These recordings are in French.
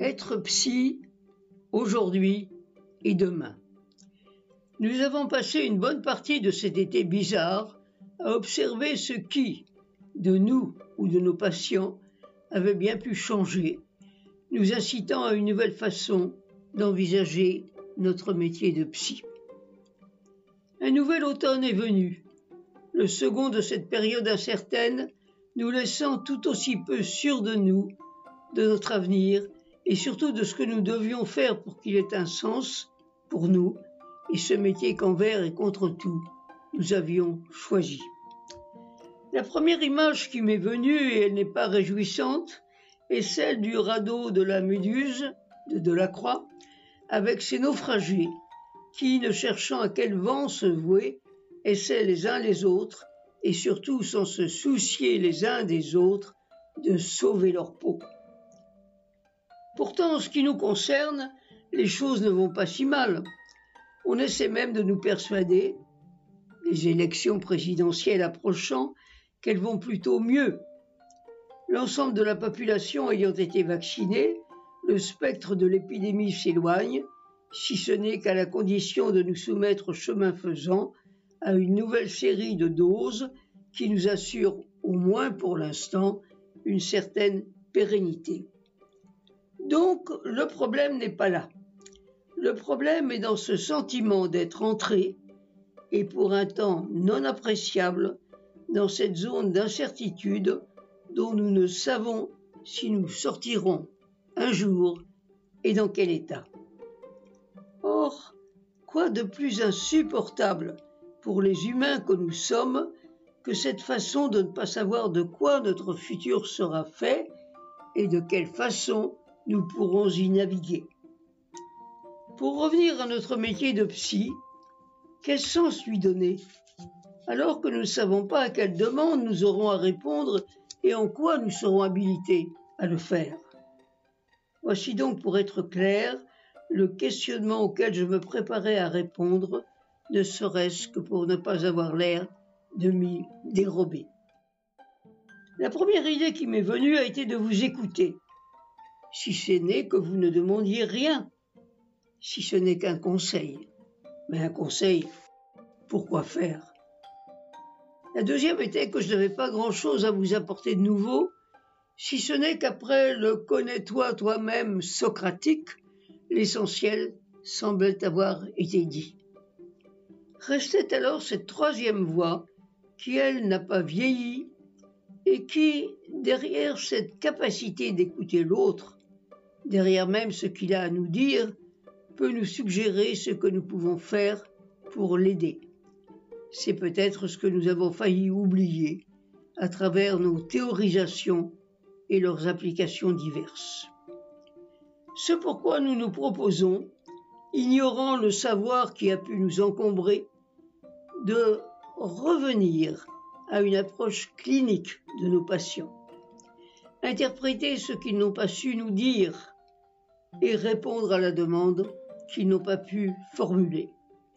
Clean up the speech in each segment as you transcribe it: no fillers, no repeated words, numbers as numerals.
Être psy, aujourd'hui et demain. Nous avons passé une bonne partie de cet été bizarre à observer ce qui, de nous ou de nos patients, avait bien pu changer, nous incitant à une nouvelle façon d'envisager notre métier de psy. Un nouvel automne est venu, le second de cette période incertaine, nous laissant tout aussi peu sûrs de nous, de notre avenir et surtout de ce que nous devions faire pour qu'il ait un sens pour nous et ce métier qu'envers et contre tout, nous avions choisi. La première image qui m'est venue, et elle n'est pas réjouissante, est celle du radeau de la Méduse, de Delacroix, avec ses naufragés, qui, ne cherchant à quel vent se vouer, essaient les uns les autres, et surtout sans se soucier les uns des autres, de sauver leur peau. Pourtant, en ce qui nous concerne, les choses ne vont pas si mal. On essaie même de nous persuader, les élections présidentielles approchant, qu'elles vont plutôt mieux. L'ensemble de la population ayant été vaccinée, le spectre de l'épidémie s'éloigne, si ce n'est qu'à la condition de nous soumettre chemin faisant à une nouvelle série de doses qui nous assure, au moins pour l'instant, une certaine pérennité. Donc, le problème n'est pas là. Le problème est dans ce sentiment d'être entré, et pour un temps non appréciable, dans cette zone d'incertitude dont nous ne savons si nous sortirons un jour et dans quel état. Or, quoi de plus insupportable pour les humains que nous sommes que cette façon de ne pas savoir de quoi notre futur sera fait et de quelle façon nous pourrons y naviguer. Pour revenir à notre métier de psy, quel sens lui donner, alors que nous ne savons pas à quelle demande nous aurons à répondre et en quoi nous serons habilités à le faire. Voici donc, pour être clair, le questionnement auquel je me préparais à répondre, ne serait-ce que pour ne pas avoir l'air de m'y dérober. La première idée qui m'est venue a été de vous écouter, si ce n'est que vous ne demandiez rien, si ce n'est qu'un conseil. Mais un conseil, pourquoi faire? La deuxième était que je n'avais pas grand-chose à vous apporter de nouveau, si ce n'est qu'après le « connais-toi toi-même » socratique, l'essentiel semblait avoir été dit. Restait alors cette troisième voie qui, elle, n'a pas vieilli et qui, derrière cette capacité d'écouter l'autre, derrière même ce qu'il a à nous dire, peut nous suggérer ce que nous pouvons faire pour l'aider. C'est peut-être ce que nous avons failli oublier à travers nos théorisations et leurs applications diverses. Ce pourquoi nous nous proposons, ignorant le savoir qui a pu nous encombrer, de revenir à une approche clinique de nos patients, interpréter ce qu'ils n'ont pas su nous dire et répondre à la demande qu'ils n'ont pas pu formuler.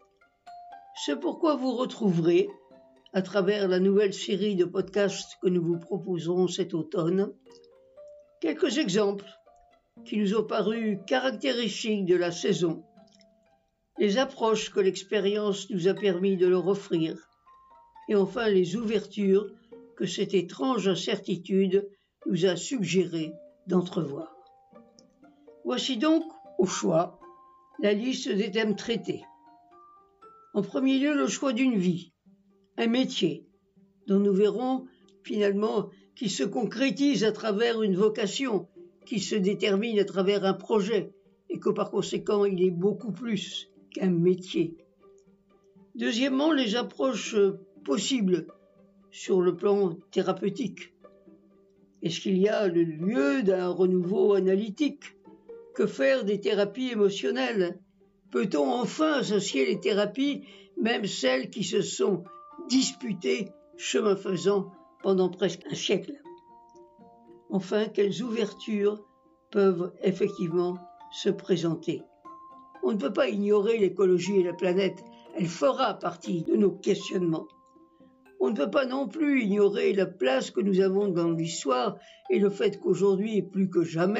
Ce pourquoi vous retrouverez, à travers la nouvelle série de podcasts que nous vous proposerons cet automne, quelques exemples qui nous ont paru caractéristiques de la saison, les approches que l'expérience nous a permis de leur offrir, et enfin les ouvertures que cette étrange incertitude nous a suggéré d'entrevoir. Voici donc, au choix, la liste des thèmes traités. En premier lieu, le choix d'une vie, un métier, dont nous verrons finalement qui se concrétise à travers une vocation, qui se détermine à travers un projet, et que par conséquent il est beaucoup plus qu'un métier. Deuxièmement, les approches possibles sur le plan thérapeutique. Est-ce qu'il y a le lieu d'un renouveau analytique? Que faire des thérapies émotionnelles? Peut-on enfin associer les thérapies, même celles qui se sont disputées chemin faisant pendant presque un siècle? Enfin, quelles ouvertures peuvent effectivement se présenter? On ne peut pas ignorer l'écologie et la planète, elle fera partie de nos questionnements. On ne peut pas non plus ignorer la place que nous avons dans l'histoire et le fait qu'aujourd'hui et plus que jamais,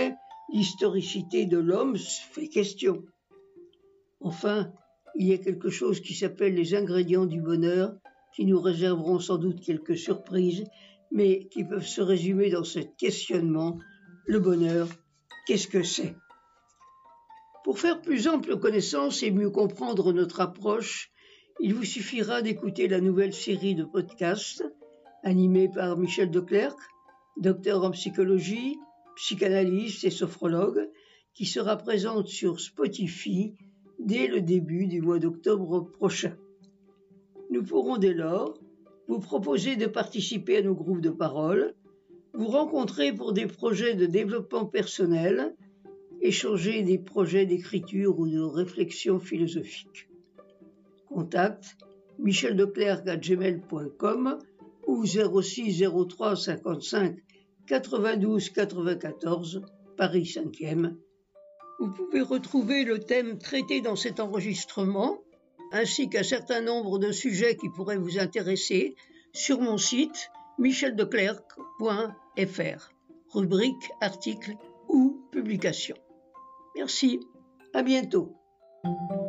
l'historicité de l'homme fait question. Enfin, il y a quelque chose qui s'appelle les ingrédients du bonheur, qui nous réserveront sans doute quelques surprises, mais qui peuvent se résumer dans ce questionnement. Le bonheur, qu'est-ce que c'est ? Pour faire plus ample connaissance et mieux comprendre notre approche, il vous suffira d'écouter la nouvelle série de podcasts animée par Michel Declercq, docteur en psychologie, psychanalyste et sophrologue, qui sera présente sur Spotify dès le début du mois d'octobre prochain. Nous pourrons dès lors vous proposer de participer à nos groupes de parole, vous rencontrer pour des projets de développement personnel, échanger des projets d'écriture ou de réflexion philosophique. Contact micheldeclercq@gmail.com ou 06 03 55 92 94 Paris 5e. Vous pouvez retrouver le thème traité dans cet enregistrement, ainsi qu'un certain nombre de sujets qui pourraient vous intéresser sur mon site micheldeclercq.fr, rubrique articles ou publications. Merci, à bientôt.